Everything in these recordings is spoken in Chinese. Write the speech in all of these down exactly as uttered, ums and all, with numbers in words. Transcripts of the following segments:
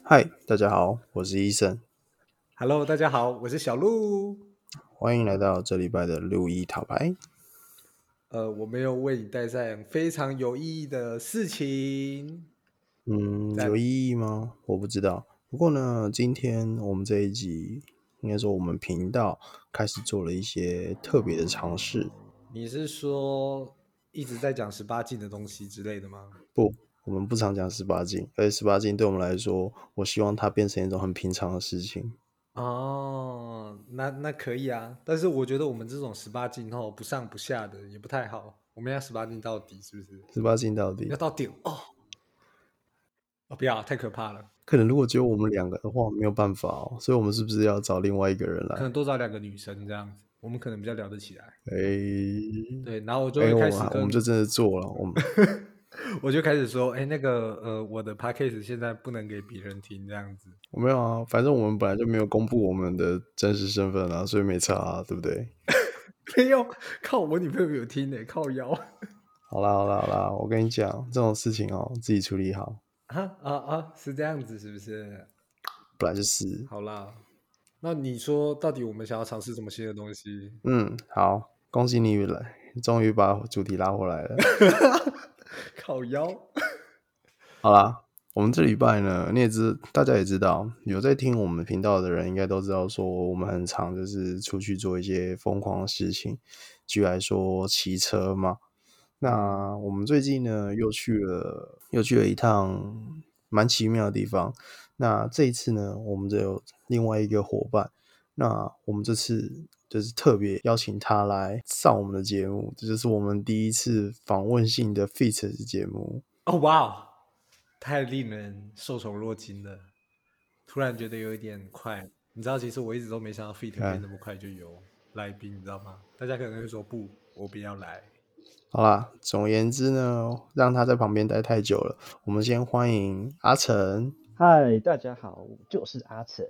嗨，大家好，我是医生， Hello，大家好，我是小鹿。 欢迎来到这礼拜的六一塔牌。 呃，我们又为你带上非常有意义的事情。 嗯，有赞， 意义吗？我不知道。不过呢，今天我们这一集，应该说我们频道开始做了一些特别的尝试。 你是说一直在讲十八禁的东西之类的吗？ 不，我们不常讲十八禁，而且十八禁对我们来说，我希望它变成一种很平常的事情。 哦，那那可以啊，但是我觉得我们这种十八禁后不上不下的也不太好，我们要十八禁到底，是不是？ 十八禁到底， 要到顶哦！哦，不要，太可怕了， 可能如果只有我们两个的话，没有办法哦。所以我们是不是要找另外一个人来？ 可能多找两个女生这样子，我们可能比较聊得起来。 诶， 对，然后我就诶， 会开我们始跟我们就真的做了，我们我就开始说，哎，那个呃，我的 podcast 现在不能给别人听，这样子。 我没有啊，反正我们本来就没有公布我们的真实身份啊，所以没差啊，对不对？ 没有，靠我女朋友有听呢，靠腰好啦好啦好啦，我跟你讲，这种事情哦，自己处理好， 啊啊啊，是这样子，是不是？ 本来就是。 好啦，那你说到底我们想要尝试什么新的东西？ 嗯，好，恭喜你来，终于把主题拉回来了。 靠腰， 好啦，我们这礼拜呢，你也知，大家也知道，有在听我们频道的人应该都知道，说我们很常就是出去做一些疯狂的事情，举来说骑车嘛。 嗯， 那我们最近呢，又去了又去了一趟蛮奇妙的地方。那这一次呢，我们就有另外一个伙伴，那我们这次就是特别邀请他来上我们的节目，这就是我们第一次访问性的 feat 节目。 哦哇哦，太令人受宠若惊了，突然觉得有一点快。你知道，其实我一直都没想到 Fit 可以看， 那么快就有来宾，你知道吗？大家可能会说不，我不要来。 好啦，总而言之呢，让他在旁边待太久了，我们先欢迎阿成。 嗨，大家好，我就是阿成。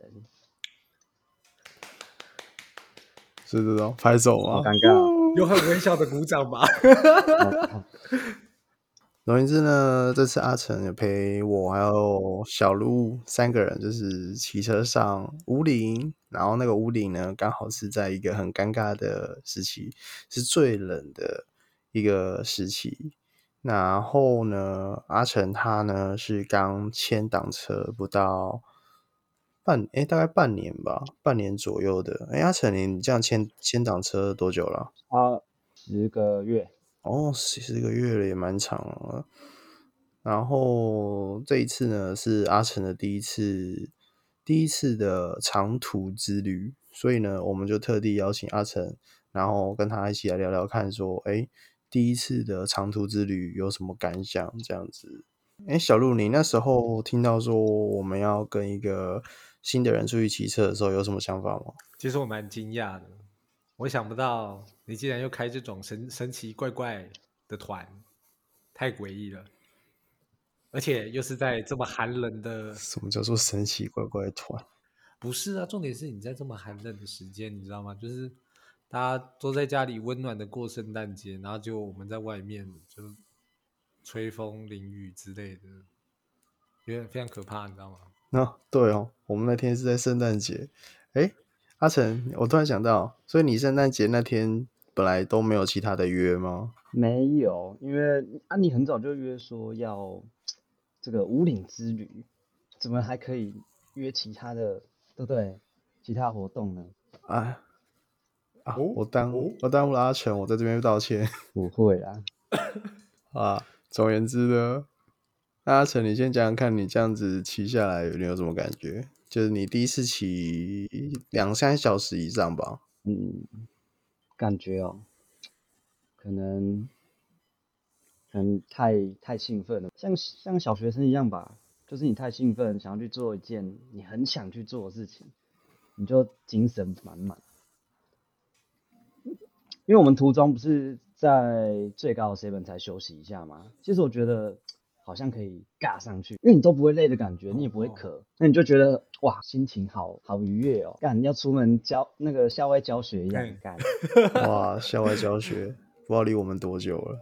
是这种拍手好吗？ 尴尬哦。 有很微小的鼓掌吧？ 哦好总而言之呢，这次阿成也陪我还有小鹿三个人，就是骑车上五岭，然后那个五岭呢，刚好是在一个很尴尬的时期，是最冷的一个时期。然后呢，阿成他呢是刚签挡车不到半，诶，大概半年吧，半年左右的。诶，阿成，你这样签签挡车多久了？ 啊，十个月。 哦，十个月了，也蛮长了。然后这一次呢，是阿成的第一次，第一次的长途之旅，所以呢，我们就特地邀请阿成，然后跟他一起来聊聊看，说，哎，第一次的长途之旅有什么感想？这样子。哎，小鹿，你那时候听到说我们要跟一个新的人出去骑车的时候，有什么想法吗？ 其实我蛮惊讶的，我想不到你竟然又开这种神神奇怪怪的团，太诡异了，而且又是在这么寒冷的， 什么叫做神奇怪怪的团？ 不是啊，重点是你在这么寒冷的时间，你知道吗？就是大家都在家里温暖的过圣诞节，然后就我们在外面就吹风淋雨之类的，有点非常可怕，你知道吗？ 那、对哦，我们那天是在圣诞节。哎，阿成，我突然想到，所以你圣诞节那天本来都没有其他的约吗？ 没有，因为啊，你很早就约说要这个五岭之旅，怎么还可以约其他的，对不对？其他活动呢？ 啊啊， 哦我耽哦， 我耽误了阿成，我在这边道歉。 不会啦。 啊。总而言之呢，那阿成，你先讲讲看，你这样子骑下来，你有什么感觉？就是你第一次骑两三小时以上吧？ 嗯，感觉哦，可能可能太太兴奋了，像像小学生一样吧，就是你太兴奋，想要去做一件你很想去做的事情，你就精神满满。因为我们途中不是在最高的 seven 才休息一下吗？其实我觉得好像可以尬上去，因为你都不会累的感觉，你也不会渴，那你就觉得哇，心情好好愉悦哦，干要出门教那个校外教学一样嘿， 干。 哇，校外教学不知道离我们多久了。 哦，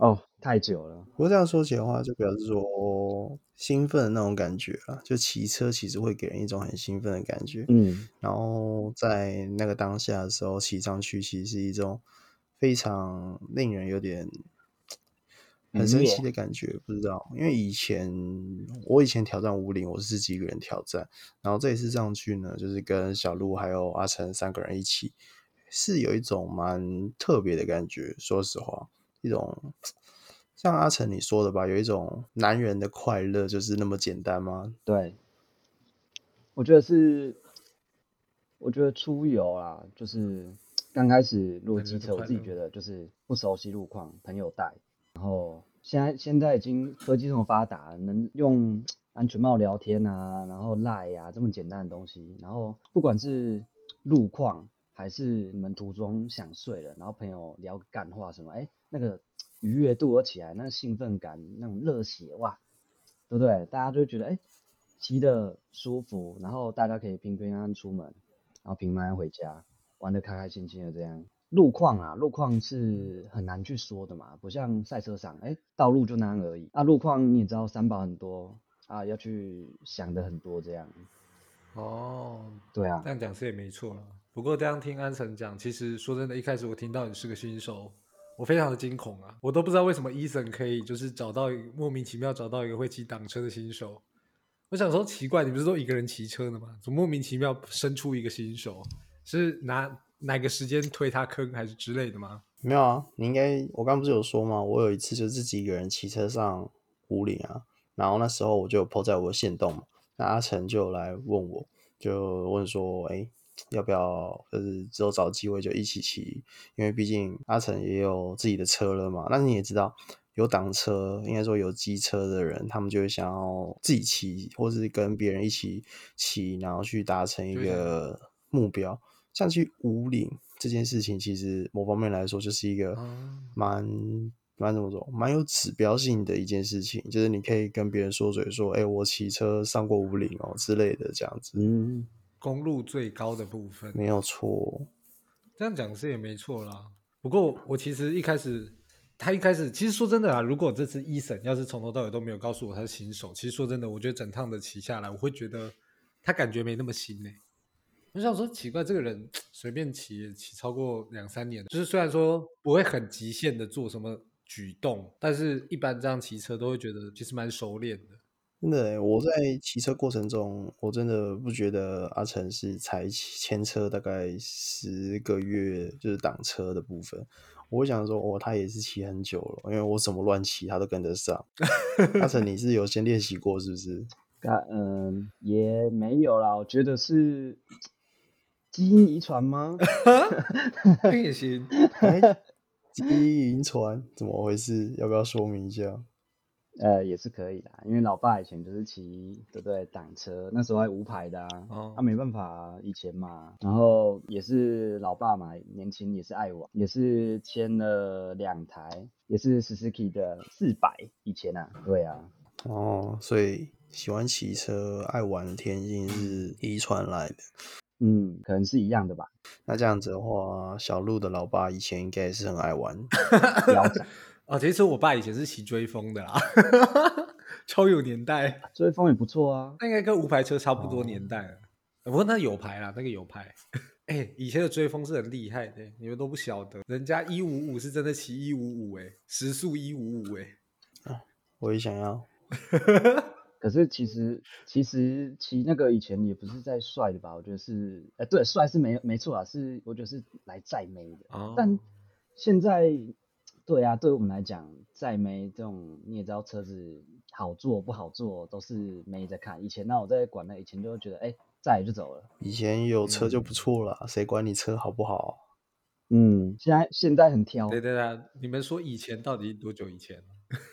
太久了。 不过这样说起来的话，就表示说兴奋的那种感觉啊，就骑车其实会给人一种很兴奋的感觉。 嗯， 然后在那个当下的时候骑上去，其实是一种非常令人有点很神奇的感觉，不知道，因为以前我以前挑战武岭，我是自己一个人挑战，然后这一次上去呢，就是跟小鹿还有阿成三个人一起，是有一种蛮特别的感觉。说实话，一种像阿成你说的吧，有一种男人的快乐就是那么简单吗？ 对，我觉得是，我觉得出游啦，就是刚开始如果男机车，我自己人的快乐。 觉得就是不熟悉路况，朋友带，然后现在现在已经科技这么发达，能用安全帽聊天啊，然后赖呀、这么简单的东西，然后不管是路况还是你们途中想睡了，然后朋友聊个干话什么，哎，那个愉悦度而起来，那个兴奋感，那种热血哇，对不对？大家就会觉得哎，骑得舒服，然后大家可以平平安安出门，然后平平安安回家，玩得开开心心的这样。路况啊，路况是很难去说的嘛，不像赛车场，哎，道路就那样而已。啊，路况你也知道，三宝很多啊，要去想的很多这样。 哦， 对啊， 这样讲是也没错啦。不过这样听安晨讲，其实说真的，一开始我听到你是个新手，我非常的惊恐啊！我都不知道为什么伊森可以就是找到一个莫名其妙找到一个会骑挡车的新手。我想说奇怪，你不是都一个人骑车的吗？怎么莫名其妙生出一个新手？是拿哪个时间推他坑还是之类的吗？ 没有啊，你应该我刚不是有说吗？我有一次就自己一个人骑车上五岭啊，然后那时候我就有 po 在我的限动嘛，那阿成就来问我，就问说，哎，要不要就是之后找机会就一起骑？因为毕竟阿成也有自己的车了嘛。那你也知道，有挡车，应该说有机车的人，他们就会想要自己骑，或是跟别人一起骑，然后去达成一就想个目标。像去五岭这件事情，其实某方面来说就是一个啊， 蛮蛮怎么说，蛮有指标性的一件事情，就是你可以跟别人说嘴说，哎、欸，我骑车上过五岭哦之类的，这样子， 嗯， 公路最高的部分， 没有错。 这样讲是也没错啦。不过我其实一开始，他一开始其实说真的啊，如果这次伊森要是从头到尾都没有告诉我他是新手，其实说真的，我觉得整趟的骑下来，我会觉得他感觉没那么新呢、欸。我想说奇怪，这个人随便骑也骑超过两三年，就是虽然说不会很极限的做什么举动，但是一般这样骑车都会觉得其实蛮熟练的。 真的欸，我在骑车过程中，我真的不觉得阿成是才牵车大概十个月，就是挡车的部分。我会想说，哦，他也是骑很久了，因为我怎么乱骑，他都跟得上。阿成，你是有先练习过是不是？ 嗯，也没有啦，我觉得是基因遗传吗？ 这也行。 哎，基因遗传怎么回事？要不要说明一下？ 呃，也是可以的，因为老爸以前就是骑，对不对？挡车，那时候还无牌的啊， 哦， 啊没办法啊，以前嘛，然后也是老爸嘛，年轻也是爱玩，也是签了两台，也是 Suzuki 的四百，以前啊，对啊， 哦，所以喜欢骑车、爱玩的天性是遗传来的。 嗯，可能是一样的吧， 那这样子的话，小鹿的老爸以前应该也是很爱玩。 标仔， 哦，其实我爸以前是骑追风的啦，超有年代， 追风也不错啊， 那应该跟无牌车差不多哦， 年代了。不过那有牌啦，那个有牌。哎、欸，以前的追风是很厉害的、欸，你们都不晓得，人家一五五是真的骑一五五，哎，时速一五五，哎， 我也想要。 可是其实其实骑那个以前也不是在帅的吧？我觉得是，哎、对，帅是没没错啊，是我觉得是来载妹的。 哦， 但现在，对啊，对我们来讲，载妹这种你也知道，车子好坐不好坐都是妹在看。以前那我在管那，以前就会觉得，哎、载就走了。 以前有车就不错了，谁管你车好不好？ 嗯，现在现在很挑对，对对，你们说以前到底多久以前？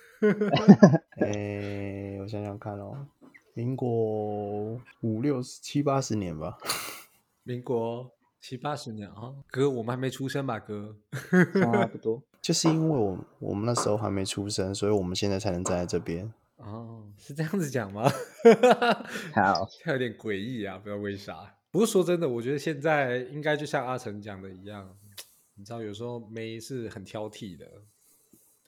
诶、我想想看哦，民国五六七八十年吧。 民国七八十年啊，哥，我们还没出生吧，哥？ 差不多。 就是因为我我们那时候还没出生，所以我们现在才能站在这边。 哦，是这样子讲吗？ 好， 它有点诡异啊，不知道为啥。不过说真的，我觉得现在应该就像阿成讲的一样，你知道，有时候妹是很挑剔的，对吧？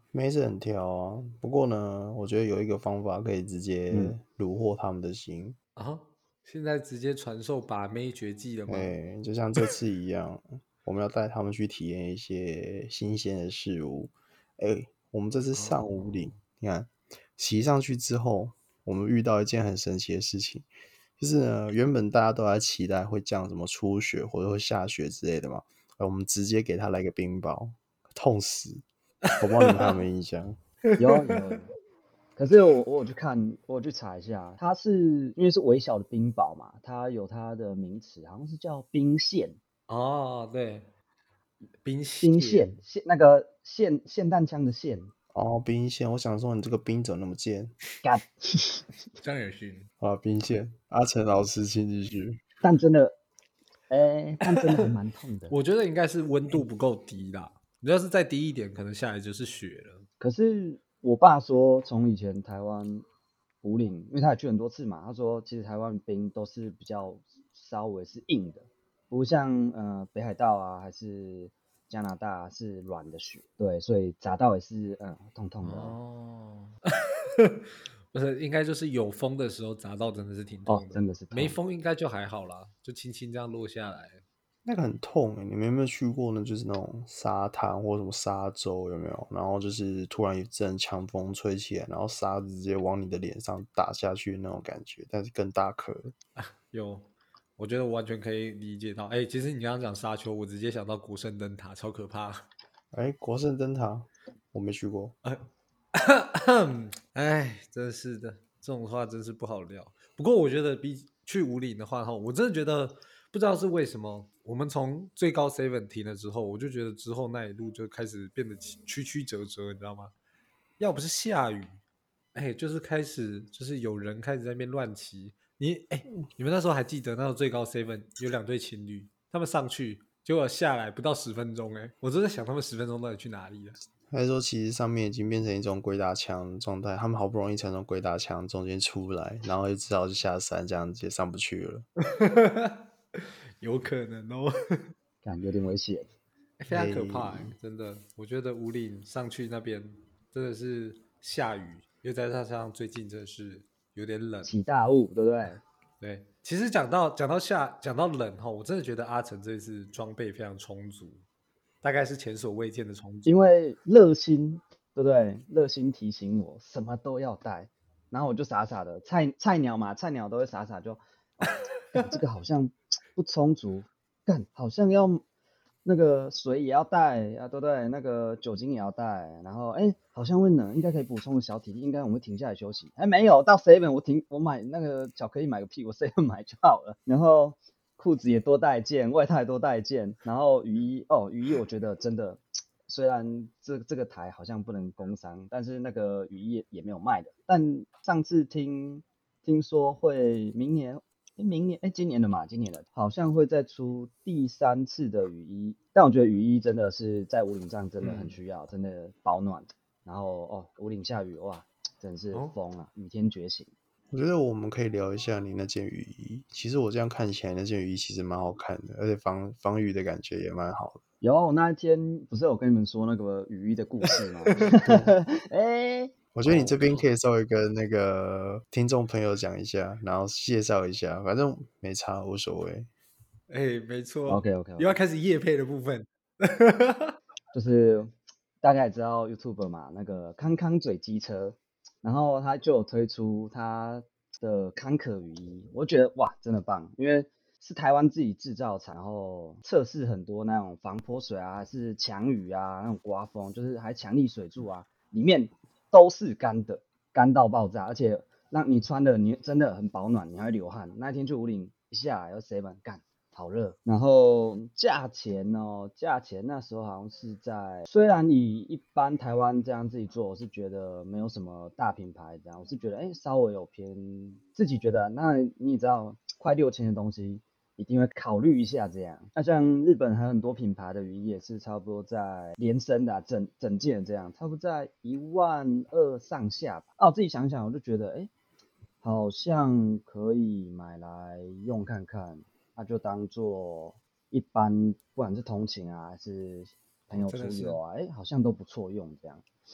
妹是很挑啊，不过呢，我觉得有一个方法可以直接嗯， 虏获他们的心。 啊，现在直接传授把妹绝技了吗？ 哎，就像这次一样，我们要带他们去体验一些新鲜的事物。哎，我们这次上五岭， 哦， 你看骑上去之后，我们遇到一件很神奇的事情，就是呢，原本大家都在期待会降什么初雪或者会下雪之类的嘛，而我们直接给他来个冰雹，痛死！我不知道你们还有没有印象？ 有有有。可是我我有去看，我有去查一下，它是因为是微小的冰雹嘛，它有它的名词，好像是叫冰线， 哦，对，冰冰蟹， 线线那个霰霰弹枪的霰， 哦，兵线，我想说你这个兵怎么那么贱干， 这样也行。 啊？兵线，阿成老师请继续。 但真的，哎、但真的还蛮痛的。 我觉得应该是温度不够低啦，你要是再低一点，可能下来就是雪了。 可是我爸说，从以前台湾五岭，因为他也去很多次嘛，他说其实台湾冰都是比较稍微是硬的，不像呃北海道啊还是加拿大、啊、是软的雪，对，所以砸到也是嗯、呃、痛痛的哦。 哦，不是，应该就是有风的时候砸到真的是挺哦， 痛的， 真的是没痛。 风应该就还好啦，就轻轻这样落下来。 那个很痛欸，你们有没有去过呢？就是那种沙滩或什么沙洲，有没有？然后就是突然一阵强风吹起来，然后沙子直接往你的脸上打下去那种感觉，但是更大颗。 有，我觉得我完全可以理解到。哎、其实你刚刚讲沙丘，我直接想到国圣灯塔，超可怕。 哎，国圣灯塔我没去过。 哎，真是的，这种话真是不好聊。不过我觉得比去五岭的话，哈，我真的觉得不知道是为什么，我们从最高 seven 停了之后，我就觉得之后那一路就开始变得曲曲折折，你知道吗？要不是下雨，哎，就是开始就是有人开始在那边乱骑。你哎，你们那时候还记得那时候最高 seven 有两对情侣，他们上去结果下来不到十分钟，哎，我都在想他们十分钟到底去哪里了。 还是说，其实上面已经变成一种鬼打墙的状态，他们好不容易从从鬼打墙中间出来，然后就只好就下山，这样子也上不去了。 有可能哦， 感有点危险。 非常可怕、 哎， 欸，真的。我觉得五岭上去那边真的是下雨，又在它上最近真的是有点冷。 起大雾，对不对？ 对，其实讲到讲到下讲到冷哈，我真的觉得阿成这次装备非常充足，大概是前所未见的充足。 因为热心，对不对？热心提醒我什么都要带，然后我就傻傻的菜菜鸟嘛，菜鸟都会傻傻就，哦，干这个好像不充足，干好像要那个水也要带啊，对不对？那个酒精也要带，然后哎，好像会冷，应该可以补充个小体力，应该我们会停下来休息。哎，没有，到 seven 我停我买那个巧克力买个屁，我 seven 买就好了，然后。裤子也多带一件，外套也多带一件，然后雨衣哦，雨衣我觉得真的，虽然这这个台好像不能工商，但是那个雨衣也没有卖的。但上次听听说会明年，诶明年哎今年的嘛，今年的好像会再出第三次的雨衣，但我觉得雨衣真的是在五岭上真的很需要，真的保暖。然后哦，五岭下雨哇，真的是哦， 疯了，雨天觉醒。 我觉得我们可以聊一下你那件雨衣。其实我这样看起来，那件雨衣其实蛮好看的，而且防防雨的感觉也蛮好的。 有，我那一天不是有跟你们说那个雨衣的故事吗？哎、 我觉得你这哦靠， 边可以稍微跟那个听众朋友讲一下，然后介绍一下，反正没差，无所谓。 哎，没错 OK OK 又要 OK， 开始夜配的部分。 就是大概也知道 YouTube 嘛，那个康康嘴机车，然后他就有推出他的康可雨衣，我觉得哇真的棒，因为是台湾自己制造厂，然后测试很多那种防泼水啊，还是强雨啊，那种刮风，就是还强力水柱啊，里面都是干的，干到爆炸，而且让你穿的你真的很保暖，你还会流汗。那一天去五岭一下来要 seven 干。好热，然后价钱哦，价钱那时候好像是在，虽然以一般台湾这样自己做，我是觉得没有什么大品牌这样，我是觉得哎稍微有偏，自己觉得，那你也知道，快六千的东西一定会考虑一下这样。那像日本还有很多品牌的雨衣也是差不多在连身的、啊、整整件这样，差不多在一万二上下吧。啊，我自己想想，我就觉得哎，好像可以买来用看看。那就当做一般，不管是通勤啊，还是朋哦， 友真的是出游啊，哎、好像都不错用这样。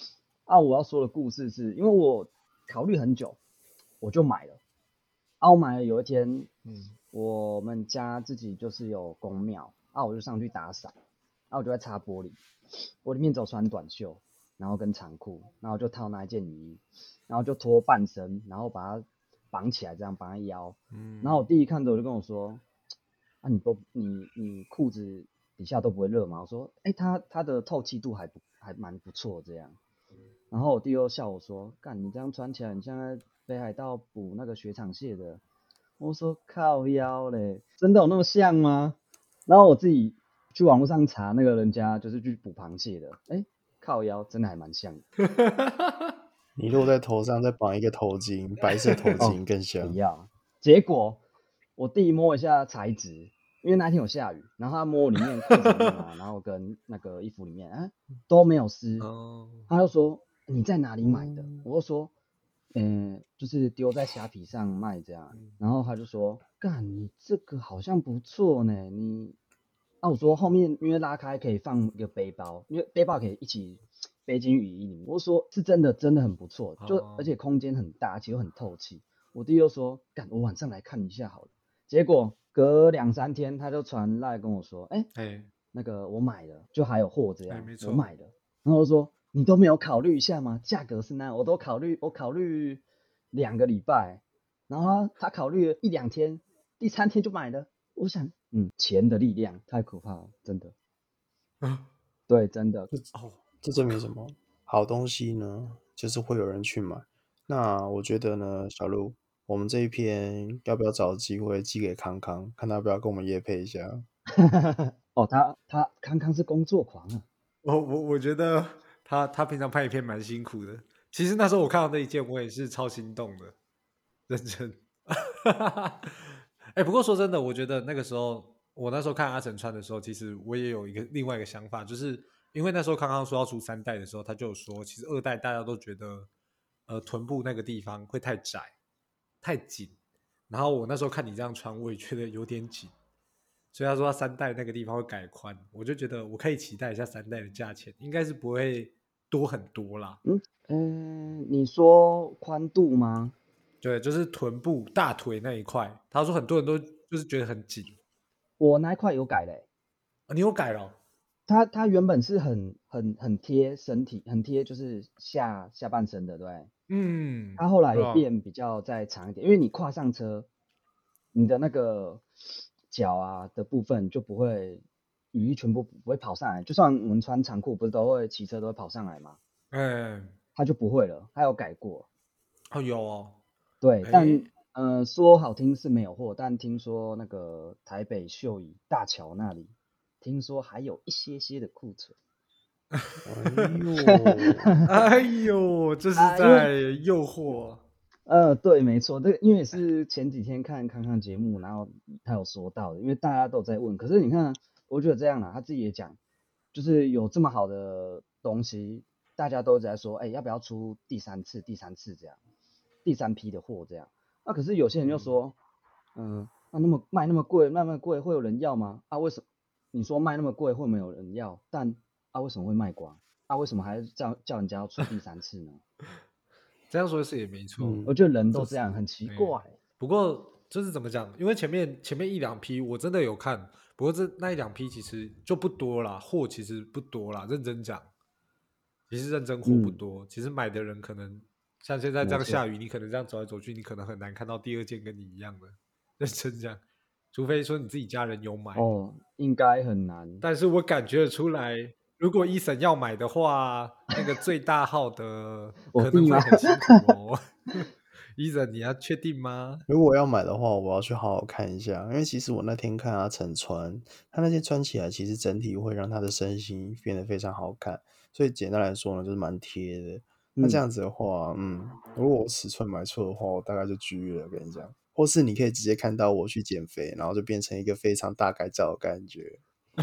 啊，我要说的故事是因为我考虑很久，我就买了。啊，我买了有一天， 嗯， 我们家自己就是有公庙，啊，我就上去打扫，啊，我就在擦玻璃，我里面只有穿短袖，然后跟长裤，然后就套那一件雨衣，然后就脱半身，然后把它绑起来，这样绑在腰。然后我嗯， 弟一看着我就跟我说：“啊，你都你你裤子底下都不会热吗？”我说：“哎、它它的透气度还不还蛮不错这样。”然后我弟又笑我说：“干，你这样穿起来，你像在北海道捕那个雪场蟹的。”我说：“靠腰嘞，真的有那么像吗？”然后我自己去网络上查那个人家就是去捕螃蟹的，哎，靠腰真的还蛮像的。 你如果在头上再绑一个头巾，白色头哦， 巾更不像。 要。结果我弟摸一下材质，因为那天有下雨，然后他摸里面裤子里面啊，然后跟那个衣服里面，啊都没有湿。 哦， 他就说你在哪里买的？ 嗯， 我就说，嗯、就是丢在虾皮上卖这样。然后他就说，干，你这个好像不错呢，你。啊，我说后面因为拉开可以放一个背包，因为背包可以一起背进雨衣里面。我说是真的，真的很不错，就而哦， 且空间很大，而且又很透气。我弟又说，干，我晚上来看一下好了。结果隔两三天他就传来跟我说，哎、 哎那个我买了，就还有货这哎， 样， 没错， 我买了。然后我说你都没有考虑一下吗？价格是那样，我都考虑，我考虑两个礼拜，然后他他考虑了一两天，第三天就买了。我想，嗯，钱的力量太可怕了，真的。 啊， 对，真的。 哦， 这我靠， 证明什么？好东西呢，就是会有人去买。那我觉得呢，小鹿，我们这一篇要不要找机会寄给康康，看他要不要跟我们业配一下？ 哦，他他康康是工作狂啊。 我我我觉得他他平常拍影片蛮辛苦的。其实那时候我看到那一件，我也是超心动的，认真。哎、不过说真的，我觉得那个时候我那时候看阿成穿的时候，其实我也有一个另外一个想法，就是因为那时候康康说要出三代的时候，他就有说，其实二代大家都觉得，呃，臀部那个地方会太窄、太紧。然后我那时候看你这样穿，我也觉得有点紧。所以他说他三代那个地方会改宽，我就觉得我可以期待一下三代的价钱，应该是不会多很多啦。 嗯嗯、呃你说宽度吗？ 对，就是臀部、大腿那一块，他说很多人都就是觉得很紧。 我那一块有改嘞、 啊，你有改了哦？ 它它原本是很很很贴身体，很贴就是下下半身的，对。 嗯， 它后来有是吧？ 变比较再长一点，因为你跨上车，你的那个脚啊的部分就不会雨衣全部不会跑上来，就算我们穿长裤不是都会骑车都会跑上来吗？ 哎， 它就不会了，它有改过。 哦有哦， 对， 哎， 但呃说好听是没有货，但听说那个台北秀椅大桥那里，听说还有一些些的库存。 哎呦， 哎呦，这是啊，因为在诱惑。 呃，对，没错，这个因为也是前几天看康康节目，然后他有说到的，因为大家都有在问，可是你看，我觉得这样啦，他自己也讲，就是有这么好的东西，大家都在说，哎、要不要出第三次、第三次这样，第三批的货这样？那、可是有些人就嗯， 说，嗯、那那么卖那么贵，卖那么贵，会有人要吗？啊，为什么？你说卖那么贵会没有人要，但啊为什么会卖光？啊为什么还叫叫人家要出第三次呢？ 这样说是也没错。 嗯， 我觉得人都这是这样，很奇哎， 怪。 不过就是怎么讲？因为前面前面一两批我真的有看，不过这那一两批其实就不多啦，货其实不多啦。认真讲，其实认真货不嗯， 多。其实买的人可能像现在这没错。 样下雨，你可能这样走来走去，你可能很难看到第二件跟你一样的。认真讲，除非说你自己家人有买。 哦，应该很难。 但是我感觉得出来，如果伊森要买的话，那个最大号的可能我弟吗？ 会很辛苦哦。伊森，你要确定吗？ 如果要买的话，我要去好好看一下，因为其实我那天看阿成穿，他那件穿起来，其实整体会让他的身形变得非常好看，所以简单来说呢，就是蛮贴的。那这嗯， 样子的话，嗯，如果我尺寸买错的话，我大概就拘了，跟你讲。或是你可以直接看到我去减肥，然后就变成一个非常大改造的感觉。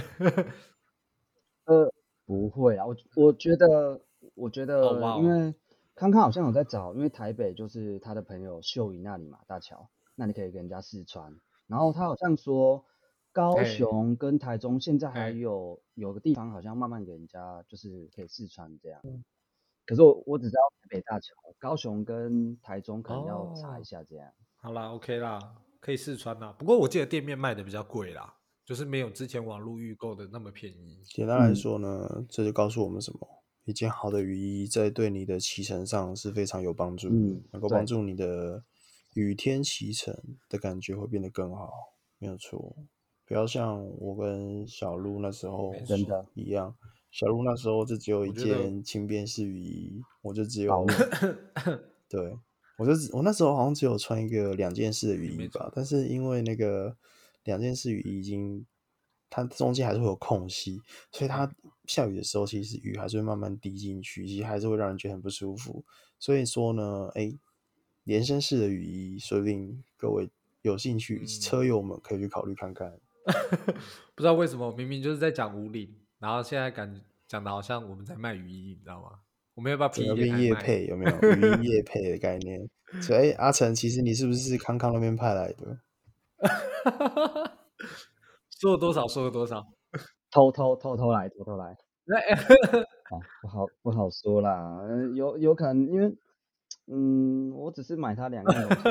呃，不会啊，我我觉得，我觉哦， 得， 哇哦， 因为康康好像有在找，因为台北就是他的朋友秀仪那里嘛，大桥，那你可以跟人家试穿。然后他好像说，高哎雄跟台中现在还哎， 有有个地方好像慢慢给人家就是可以试穿这样。 可是我我只知道台北大桥，高雄跟台中可能要查一哦， 下这样。 好啦，OK 啦，可以试穿啦。不过我记得店面卖的比较贵啦，就是没有之前网络预购的那么便宜。 简单来嗯， 说呢，这就告诉我们什么？一件好的雨衣在对你的骑乘上是非常有帮助的， 嗯，对， 能够帮助你的雨天骑乘的感觉会变得更好，没有错。不要像我跟小鹿那时候没错， 真的一样，小鹿那时候就只有一我觉得件轻便式雨衣，我就只有保暖。 对，我就只我那时候好像只有穿一个两件式的雨衣吧， 没错， 但是因为那个两件式雨衣已经它中间还是会有空隙，所以它下雨的时候，其实雨还是会慢慢滴进去，其实还是会让人觉得很不舒服。所以说呢，哎，连身式的雨衣，说不定各位有兴趣车嗯， 友们可以去考虑看看。 不知道为什么明明就是在讲无领，然后现在感讲的好像我们在卖雨衣，你知道吗？我们要不要整 P 一点个变来卖？ 业配有没有？语音业配的概念。所以，哎，阿成，其实你是不是康康那边派来的？ 说了多少说了多少？ 偷偷偷偷来，偷偷来。 那啊，不好不好说啦，呃有有可能因为，嗯，我只是买它两样东西。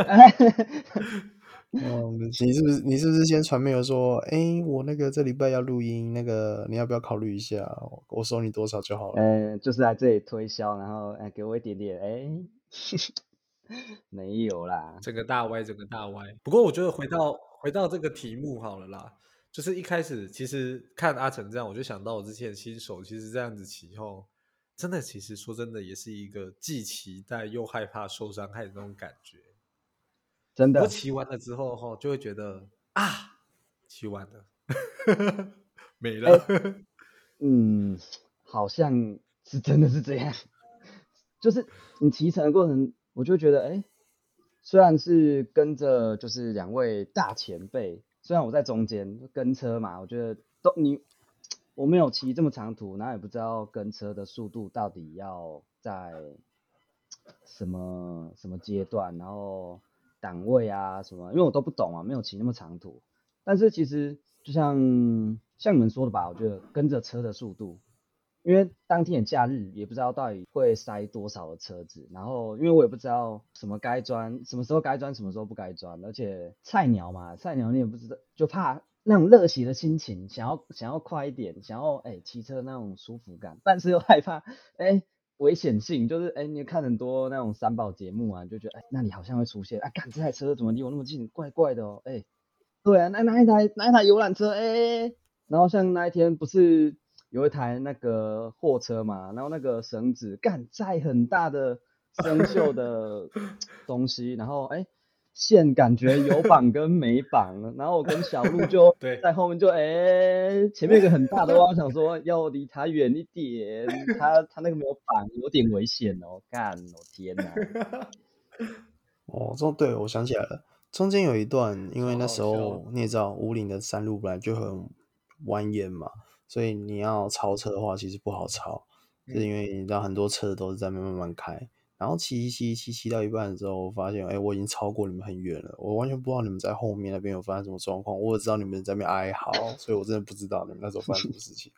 哦，你是不是你是不是先传媒有说，哎，我那个这礼拜要录音，那个你要不要考虑一下？我收你多少就好了。 呃，就是来这里推销，然后哎、给我一点点，哎、没有啦。 整个大歪，整个大歪。不过我觉得回到回到这个题目好了啦，就是一开始其实看阿成这样，我就想到我之前新手其实这样子骑后，真的其实说真的也是一个既期待又害怕受伤害的那种感觉。不过真的。 骑完了之后哈，就会觉得啊，骑完了没了。 哎、嗯，好像是真的是这样。就是你骑乘的过程，我就觉得，哎、虽然是跟着就是两位大前辈，虽然我在中间跟车嘛，我觉得都你我没有骑这么长途，然后也不知道跟车的速度到底要在什么什么阶段，然后档位啊什么，因为我都不懂啊，没有骑那么长途。但是其实就像像你们说的吧，我觉得跟着车的速度，因为当天的假日也不知道到底会塞多少的车子，然后因为我也不知道什么该钻，什么时候该钻，什么时候不该钻，而且菜鸟嘛，菜鸟你也不知道，就怕那种热血的心情，想要想要快一点，想要哎骑车那种舒服感，但是又害怕哎危险性，就是哎你看很多那种三宝节目啊，就觉得哎那里好像会出现，啊干这台车怎么离我那么近，怪怪的哦，哎对啊，那那一台那一台游览车，哎，然后像那一天不是有一台那个货车嘛，然后那个绳子干载很大的生锈的东西，然后哎线感觉有绑跟没绑，然后我跟小鹿就对， 在后面就哎前面有个很大的弯，想说要离它远一点，它它那个没有绑，有点危险哦，干，我天哪， 哦，中对，我想起来了，中间有一段，因为超那时好笑。 候你也知道，五岭的山路本来就很蜿蜒嘛，所以你要超车的话，其实不好超，就是因嗯， 为你知道很多车都是在那边慢慢开，然后骑骑骑骑到一半的时候，我发现，哎，我已经超过你们很远了，我完全不知道你们在后面那边有发生什么状况，我只知道你们在那边哀嚎，所以我真的不知道你们那时候发生什么事情。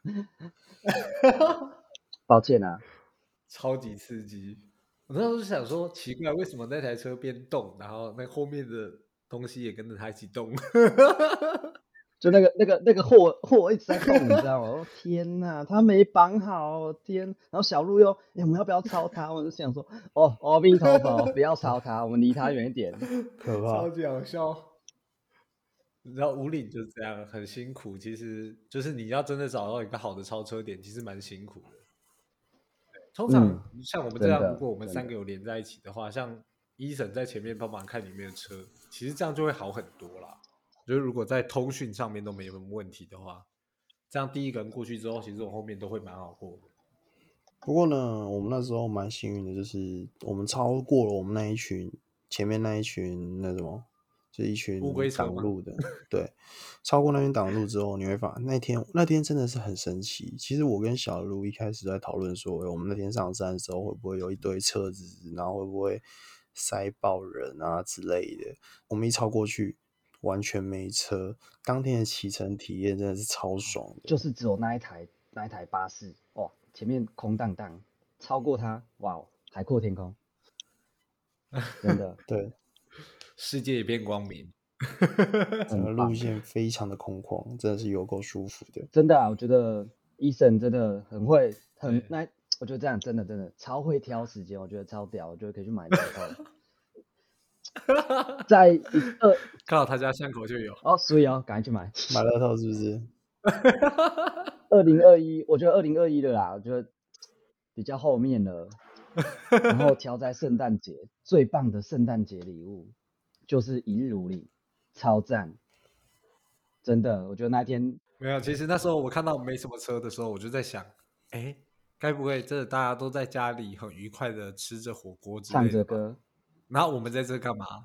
抱歉啊。 超级刺激。我那时候就想说，奇怪，为什么那台车边动，然后那后面的东西也跟着它一起动？ 就那个那个那个货货一直在动，你知道吗？我说天哪，他没绑好，天！然后小鹿又，哎、我们要不要超他？我就想说，哦，阿弥陀佛，不要超他，我们离他远一点。 可怕。 超级好笑。你知道五岭就是这样，很辛苦。其实就是你要真的找到一个好的超车点，其实蛮辛苦的。通嗯， 常像我们这样，如真的果我们真的， 三个有连在一起的话，像医生在前面帮忙看里面的车，其实这样就会好很多啦。就是如果在通讯上面都没有什么问题的话，这样第一个人过去之后，其实我后面都会蛮好过的。 不过呢，我们那时候蛮幸运的，就是我们超过了我们那一群前面那一群那什么，就是一乌群龟车吗？ 挡路的，对，超过那群挡路之后，你会发那天那天真的是很神奇。其实我跟小卢一开始在讨论说，欸我们那天上山的时候会不会有一堆车子，然后会不会塞爆人啊之类的。我们一超过去，完全没车，当天的骑乘体验真的是超爽的。 就是只有那一台那一台巴士，哇，前面空荡荡， 超过它，哇，海阔天空，真的， 对， 世界一片光明。 整个很棒， 路线非常的空旷，真的是有够舒服的。 真的啊，我觉得医生真的很会，很对那，我觉得这样真的真的超会挑时间，我觉得超屌，我觉得可以去买乐透，在一二刚好他家巷口就有。 哦，所以哦，赶紧去买。 买乐透是不是？ 二零二一，我觉得二零二一的啦，我觉得比较后面了。然后挑在圣诞节，最棒的圣诞节礼物就是一日无领，超赞，真的，我觉得那天没有，其实那时候我看到没什么车的时候，我就在想，哎，该不会真的大家都在家里很愉快的吃着火锅之唱类的吧？ 着歌， 然后我们在这干嘛？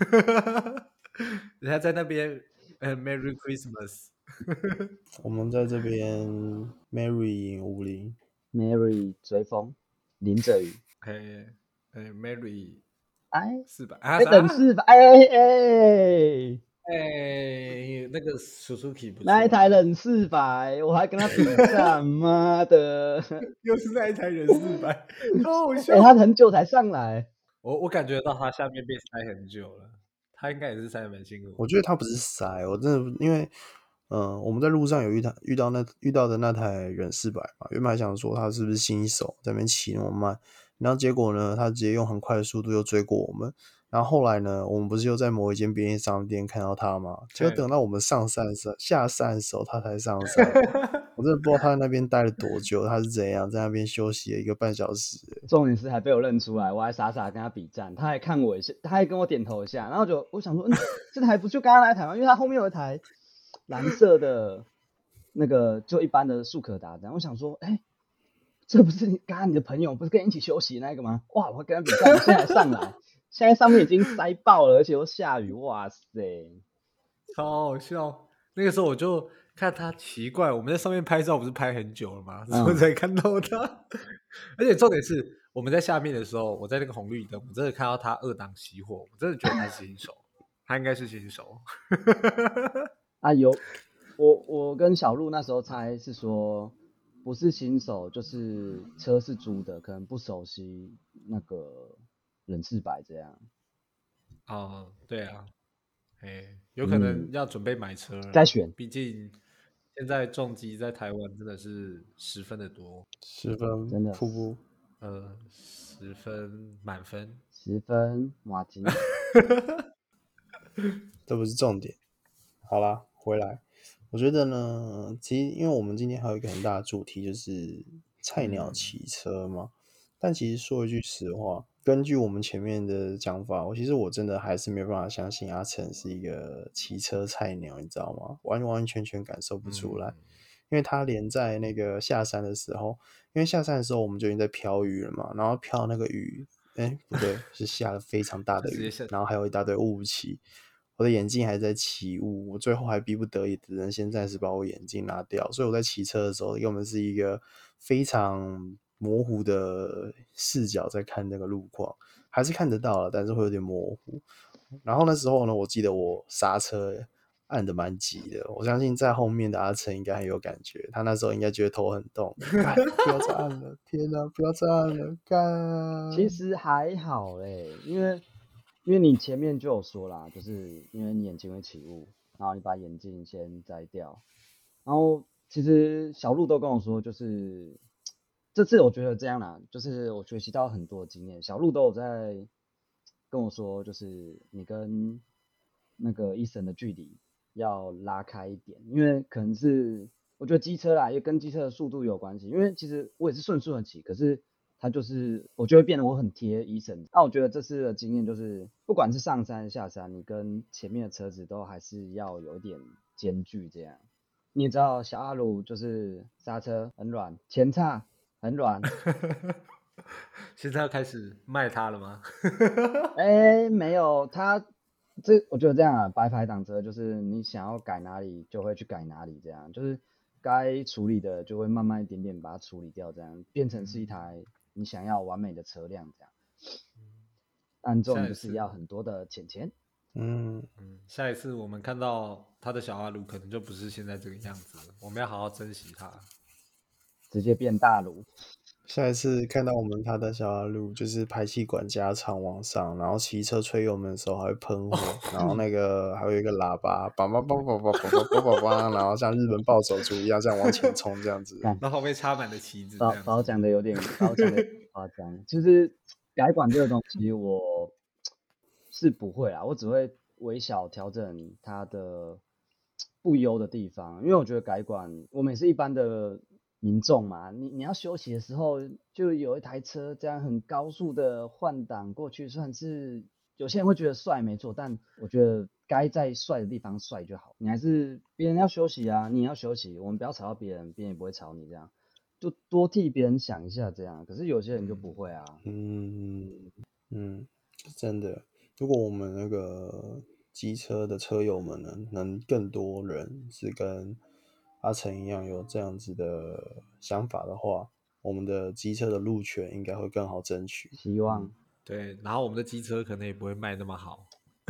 人家在那边，呃，Merry Christmas。 我们在这边 Mary 赢五零， Mary 追风，淋着雨， 哎哎，Merry 哎四百啊哎，等啥？ 四百，哎哎， 哎，那个 Suzuki 不错那一台啊， 冷四百，我还跟他比战，妈的， 又是那一台人四百，超好笑哎，。他很久才上来， 我我感觉到他下面被塞很久了，他应该也是塞得蛮辛苦。 我觉得他不是塞，我真的因为，嗯、我们在路上有遇到遇到那遇到的那台忍四百嘛，原本还想说他是不是新手在那边骑那么慢，然后结果呢，他直接用很快的速度又追过我们，然后后来呢，我们不是又在某一间便利商店看到他吗？结果嘿等到我们上山的时候，下山的时候他才上山欸，我真的不知道他在那边待了多久，他是怎样在那边休息了一个半小时欸。 重点是还被我认出来，我还傻傻跟他比战，他还看我一下，他还跟我点头一下，然后就我想说，嗯，这台不就刚刚那台吗？因为他后面有一台蓝色的那个就一般的速可达，然后我想说，哎、这不是你刚刚你的朋友不是跟你一起休息的那个吗？哇，我跟他比战，现在上来，现在上面已经塞爆了，而且又下雨，哇塞！ 超好笑。那个时候我就看他奇怪，我们在上面拍照不是拍很久了吗？ 嗯我才看到他。而且重点是我们在下面的时候，我在那个红绿灯，我真的看到他二档熄火，我真的觉得他是新手，他应该是新手。 啊有，我我跟小鹿那时候猜是说，不是新手就是车是租的，可能不熟悉那个人事百这样。 哦，对啊，哎，有可能嗯， 要准备买车了啦， 再选毕竟现在重机在台湾真的是十分的多， 十分真的瀑布， 呃，十分满分。 十分马吉， 这不是重点。好啦，回来，我觉得呢，其实因为我们今天还有一个很大的主题，就是菜鸟嗯骑车嘛。但其实说一句实话，根据我们前面的讲法，我其实我真的还是没办法相信阿成是一个骑车菜鸟，你知道吗？完完全全感受不出来， 嗯， 因为他连在那个下山的时候，因为下山的时候我们就已经在飘雨了嘛，然后飘那个雨，哎，不对，是下了非常大的雨， 就直接下然后还有一大堆雾气。我的眼镜还在起雾，我最后还逼不得已只能先暂时把我眼镜拿掉，所以我在骑车的时候根本是一个非常模糊的视角在看那个路况，还是看得到了，但是会有点模糊。然后那时候呢，我记得我刹车按的蛮急的，我相信在后面的阿成应该很有感觉，他那时候应该觉得头很痛，干不要再按了，天哪，不要再按了，干。 其实还好嘞，因为因为你前面就有说啦，就是因为你眼睛会起雾，然后你把眼镜先摘掉，然后其实小鹿都跟我说，就是这次我觉得这样啦，就是我学习到很多经验，小鹿都有在跟我说，就是你跟那个医生的距离要拉开一点，因为可能是我觉得机车啦，也跟机车的速度有关系，因为其实我也是顺顺的骑，可是它就是我就会变得我很贴医生。那我觉得这次的经验就是，不管是上山下山，你跟前面的车子都还是要有一点间距这样。你也知道小阿鲁就是刹车很软，前叉很软， 现在要开始卖它了吗？ 哎，没有，他这我觉得这样啊，白牌挡车就是你想要改哪里就会去改哪里，这样就是该处理的就会慢慢一点点把它处理掉，这样变成是一台你想要完美的车辆这样。但重点就是下一次要很多的钱钱， 嗯， 嗯，下一次我们看到他的小阿鲁，可能就不是现在这个样子了。我们要好好珍惜它。 直接变大炉。 下一次看到我们他的小阿路，就是排气管加长往上，然后骑车吹油门的时候还会喷火，然后那个还有一个喇叭，叭叭叭叭叭叭叭叭叭，然后像日本暴走族一样这样往前冲，这样子。 干然后后面插满了旗子，这把样子。 把我讲的有点把我讲的夸张，就是改管这个东西我是不会啊，我只会微小调整它的不优的地方，因为我觉得改管我们也是一般的民众嘛，你你要休息的时候就有一台车这样很高速的换挡过去，算是有些人会觉得帅没错，但我觉得该在帅的地方帅就好，你还是别人要休息啊，你也要休息，我们不要吵到别人，别人也不会吵你这样。就多替别人想一下这样，可是有些人就不会啊。 嗯嗯，真的，如果我们那个机车的车友们呢，能更多人是跟阿成一样有这样子的想法的话，我们的机车的路权应该会更好争取。 希望。 对，然后我们的机车可能也不会卖那么好。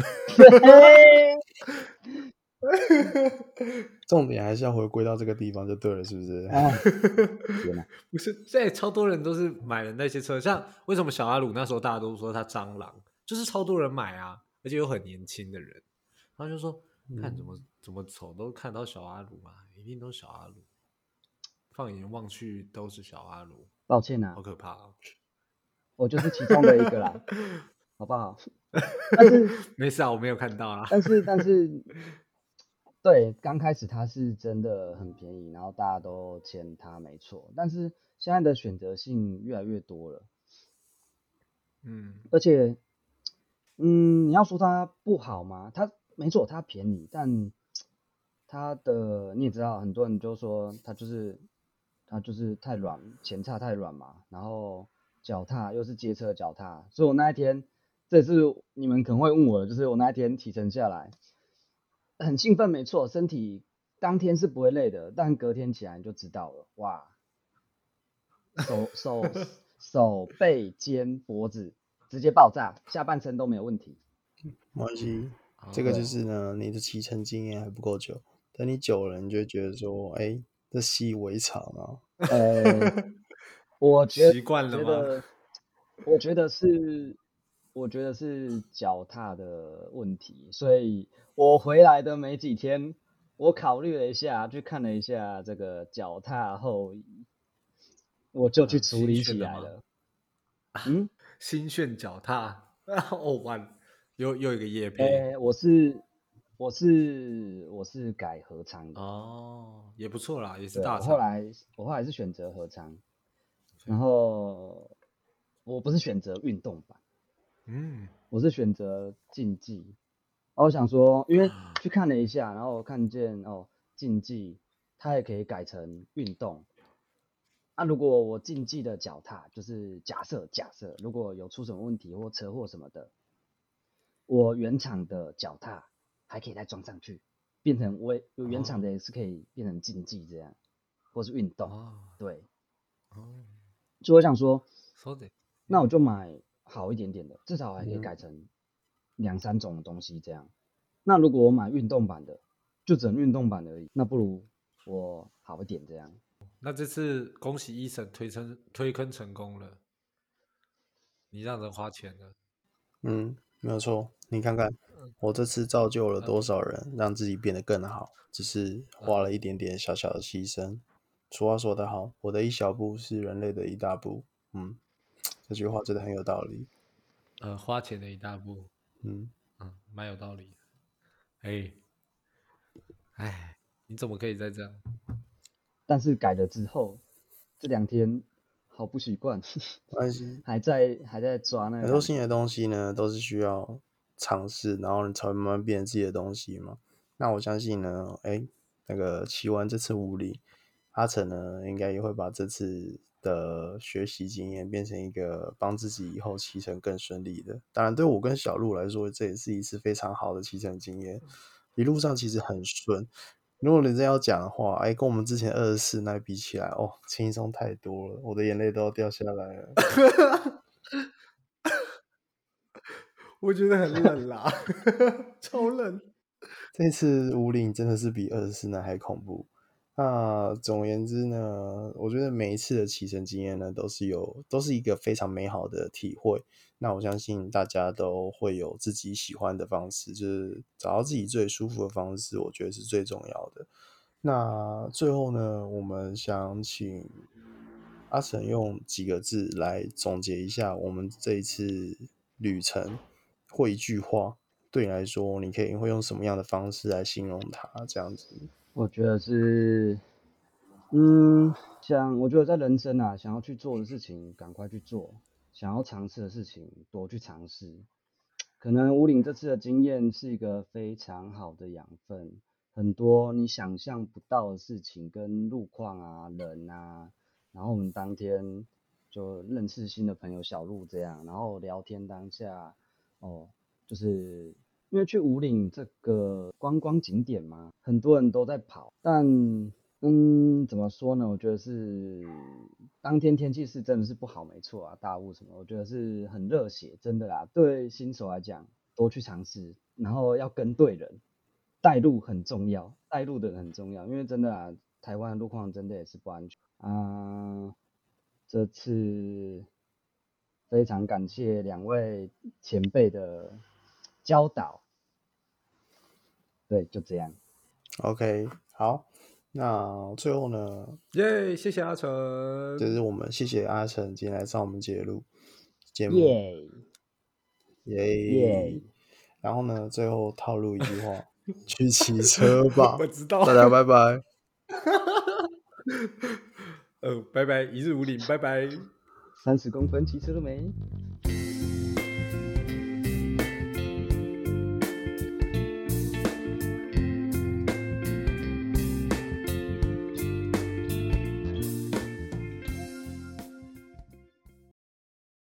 重点还是要回归到这个地方就对了，是不是？ 哎，天哪！ 不是，现在超多人都是买了那些车，像为什么小阿鲁那时候大家都说他蟑螂，就是超多人买啊，而且有很年轻的人，然后就说看怎么怎么瞅都看到小阿鲁嘛，一定都是小阿鲁，放眼望去都是小阿鲁， 抱歉啊好，可怕哦。 我就是其中的一个啦，好不好？但是没事啊，我没有看到啊。 但是但是，对，刚开始它是真的很便宜，然后大家都签它没错，但是现在的选择性越来越多了， 嗯， 而且，嗯，你要说它不好吗？它没错，它便宜，但它的你也知道，很多人就说它就是它就是太软，前叉太软嘛，然后脚踏又是街车脚踏，所以我那一天，这也是你们可能会问我的，就是我那一天提神下来，很兴奋，没错，身体当天是不会累的，但隔天起来你就知道了，哇，手手手背肩脖子直接爆炸，下半身都没有问题。 没关系，这哦个就是呢，你的骑乘经验还不够久，等你久了，你就会觉得说，哎，这习以为常啊。 呃，我觉习惯了吗？ 觉得，我觉得是，我觉得是脚踏的问题，所以我回来的没几天，我考虑了一下，去看了一下这个脚踏后移，我就去啊新处理炫的吗？ 起来了。嗯， 新炫脚踏，哦完，又又一个业配呃，我是我是我是改合仓的， 哦，也不错啦，也是对， 大厂。 我后来我后来是选择合仓，然后我不是选择运动版。 嗯， 我是选择竞技。然后我想说，因为去看了一下，然后我看见哦，竞技它也可以改成运动。那、如果我竞技的脚踏，就是假设假设如果有出什么问题或车祸什么的，我原厂的脚踏还可以再装上去，变成我有原厂的也是可以变成竞技这样，或是运动。 哦对， 哦， 所以我想说， そうで、 那我就买好一点点的，至少还可以嗯改成两三种东西这样。那如果我买运动版的，就只能运动版而已，那不如我好一点这样。 那这次恭喜医生推坑推坑成功了，你让人花钱了。 嗯，没有错。你看看，我这次造就了多少人，让自己变得更好，只是花了一点点小小的牺牲。俗话说得好，我的一小步是人类的一大步。嗯，这句话真的很有道理。 呃，花钱的一大步， 嗯， 嗯，蛮有道理的。哎，哎，你怎么可以再这样？ 但是改了之后，这两天好不习惯， 没关系。 还在还在抓那个感觉。 很多新的东西呢，都是需要尝试，然后你才会慢慢变成自己的东西嘛。那我相信呢，哎，那个骑完这次五里，阿成呢，应该也会把这次的学习经验变成一个帮自己以后骑乘更顺利的。当然，对我跟小鹿来说，这也是一次非常好的骑乘经验。一路上其实很顺。如果人家要讲的话，哎，跟我们之前二十四那比起来，哦，轻松太多了，我的眼泪都要掉下来了。 我觉得很冷啦，超冷。 这次五岭真的是比二十四那还恐怖。 那总而言之呢，我觉得每一次的骑乘经验呢，都是有都是一个非常美好的体会。那我相信大家都会有自己喜欢的方式，就是找到自己最舒服的方式，我觉得是最重要的。那最后呢，我们想请阿成用几个字来总结一下我们这一次旅程，或一句话，对你来说，你可以会用什么样的方式来形容它？这样子。 我觉得是，嗯，想我觉得在人生啊，想要去做的事情赶快去做，想要尝试的事情多去尝试。可能五岭这次的经验是一个非常好的养分，很多你想象不到的事情跟路况啊、人啊，然后我们当天就认识新的朋友小鹿这样，然后聊天当下，哦，就是因为去五岭这个观光景点嘛，很多人都在跑，但嗯，怎么说呢？我觉得是当天天气是真的是不好，没错啊，大雾什么，我觉得是很热血，真的啦。对新手来讲，多去尝试，然后要跟对人，带路很重要，带路的人很重要，因为真的啊，台湾的路况真的也是不安全啊。这次非常感谢两位前辈的教导，对，就这样。 OK，好，那最后呢， 耶，谢谢阿成。 就是我们谢谢阿成今天来上我们节目节目， 耶耶、 耶！ 然后呢，最后套路一句话，去骑车吧， 我知道。 大家拜拜。 呃，拜拜，一日五岭，拜拜。 三十公分骑车了没？